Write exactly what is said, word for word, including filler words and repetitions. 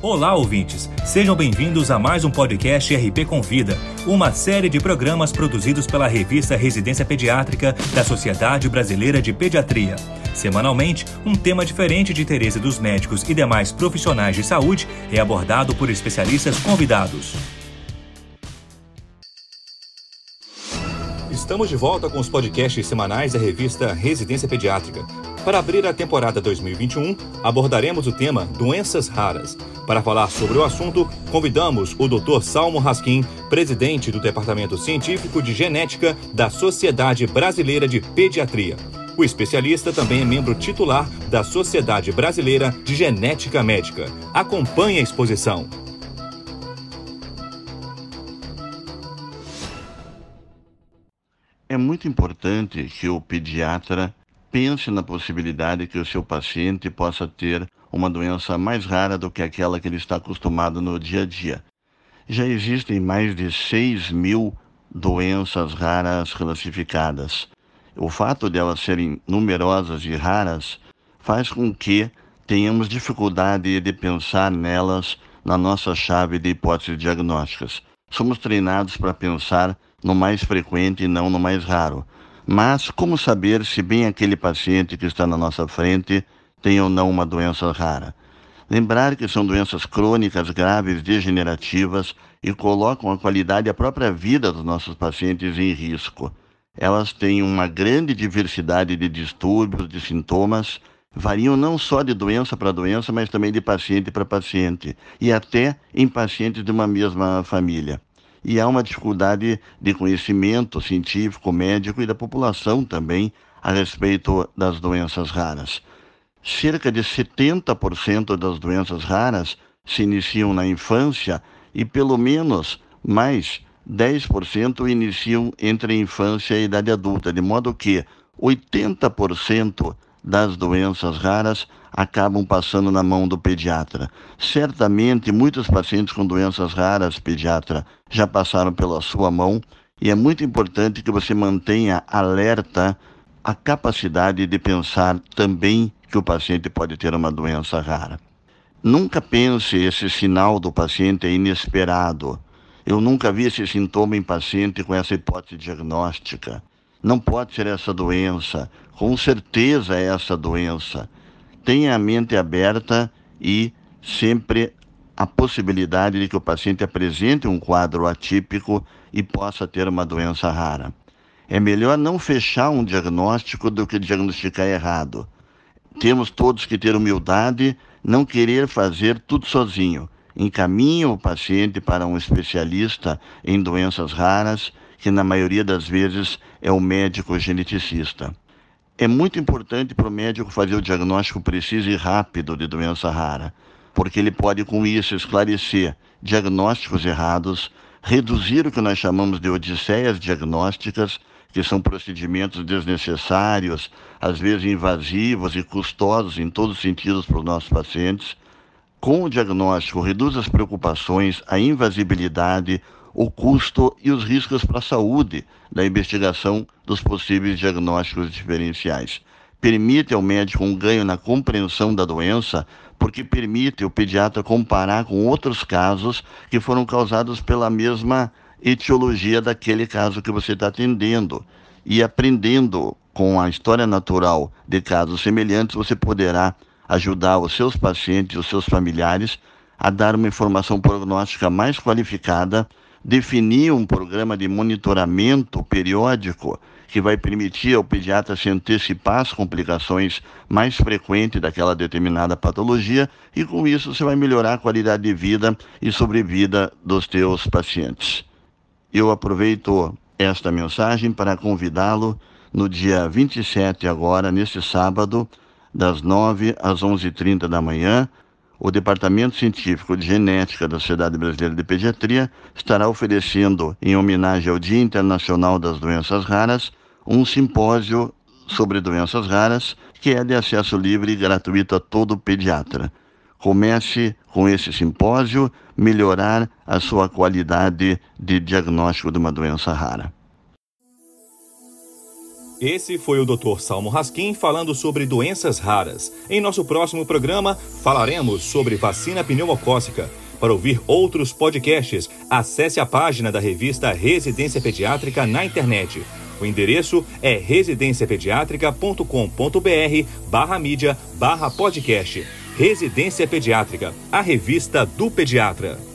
Olá, ouvintes! Sejam bem-vindos a mais um podcast R P Convida, uma série de programas produzidos pela revista Residência Pediátrica da Sociedade Brasileira de Pediatria. Semanalmente, um tema diferente de interesse dos médicos e demais profissionais de saúde é abordado por especialistas convidados. Estamos de volta com os podcasts semanais da revista Residência Pediátrica. Para abrir a temporada dois mil e vinte e um, abordaremos o tema Doenças Raras. Para falar sobre o assunto, convidamos o doutor Salmo Raskin, presidente do Departamento Científico de Genética da Sociedade Brasileira de Pediatria. O especialista também é membro titular da Sociedade Brasileira de Genética Médica. Acompanhe a exposição. É muito importante que o pediatra pense na possibilidade que o seu paciente possa ter uma doença mais rara do que aquela que ele está acostumado no dia a dia. Já existem mais de seis mil doenças raras classificadas. O fato de elas serem numerosas e raras faz com que tenhamos dificuldade de pensar nelas na nossa chave de hipóteses diagnósticas. Somos treinados para pensar no mais frequente e não no mais raro. Mas como saber se bem aquele paciente que está na nossa frente tem ou não uma doença rara? Lembrar que são doenças crônicas, graves, degenerativas e colocam a qualidade e a própria vida dos nossos pacientes em risco. Elas têm uma grande diversidade de distúrbios, de sintomas, variam não só de doença para doença, mas também de paciente para paciente, e até em pacientes de uma mesma família. E há uma dificuldade de conhecimento científico, médico e da população também a respeito das doenças raras. Cerca de setenta por cento das doenças raras se iniciam na infância e pelo menos mais dez por cento iniciam entre a infância e a idade adulta, de modo que oitenta por cento das doenças raras acabam passando na mão do pediatra. Certamente, muitos pacientes com doenças raras, pediatra, já passaram pela sua mão e é muito importante que você mantenha alerta a capacidade de pensar também que o paciente pode ter uma doença rara. Nunca pense esse sinal do paciente é inesperado. Eu nunca vi esse sintoma em paciente com essa hipótese diagnóstica. Não pode ser essa doença. Com certeza é essa doença. Tenha a mente aberta e sempre a possibilidade de que o paciente apresente um quadro atípico e possa ter uma doença rara. É melhor não fechar um diagnóstico do que diagnosticar errado. Temos todos que ter humildade, não querer fazer tudo sozinho. Encaminhe o paciente para um especialista em doenças raras, que na maioria das vezes é o médico geneticista. É muito importante para o médico fazer o diagnóstico preciso e rápido de doença rara, porque ele pode com isso esclarecer diagnósticos errados, reduzir o que nós chamamos de odisseias diagnósticas, que são procedimentos desnecessários, às vezes invasivos e custosos em todos os sentidos para os nossos pacientes. Com o diagnóstico, reduz as preocupações, a invasibilidade, o custo e os riscos para a saúde da investigação dos possíveis diagnósticos diferenciais. Permite ao médico um ganho na compreensão da doença, porque permite o pediatra comparar com outros casos que foram causados pela mesma etiologia daquele caso que você está atendendo. E aprendendo com a história natural de casos semelhantes, você poderá ajudar os seus pacientes e os seus familiares a dar uma informação prognóstica mais qualificada, definir um programa de monitoramento periódico que vai permitir ao pediatra se antecipar às complicações mais frequentes daquela determinada patologia e com isso você vai melhorar a qualidade de vida e sobrevida dos teus pacientes. Eu aproveito esta mensagem para convidá-lo no dia vinte e sete agora, neste sábado, das nove às onze e trinta da manhã, o Departamento Científico de Genética da Sociedade Brasileira de Pediatria estará oferecendo, em homenagem ao Dia Internacional das Doenças Raras, um simpósio sobre doenças raras, que é de acesso livre e gratuito a todo pediatra. Comece com esse simpósio, melhorar a sua qualidade de diagnóstico de uma doença rara. Esse foi o doutor Salmo Raskin falando sobre doenças raras. Em nosso próximo programa, falaremos sobre vacina pneumocócica. Para ouvir outros podcasts, acesse a página da revista Residência Pediátrica na internet. O endereço é residenciapediatrica ponto com ponto br barra mídia barra podcast. Residência Pediátrica, a revista do pediatra.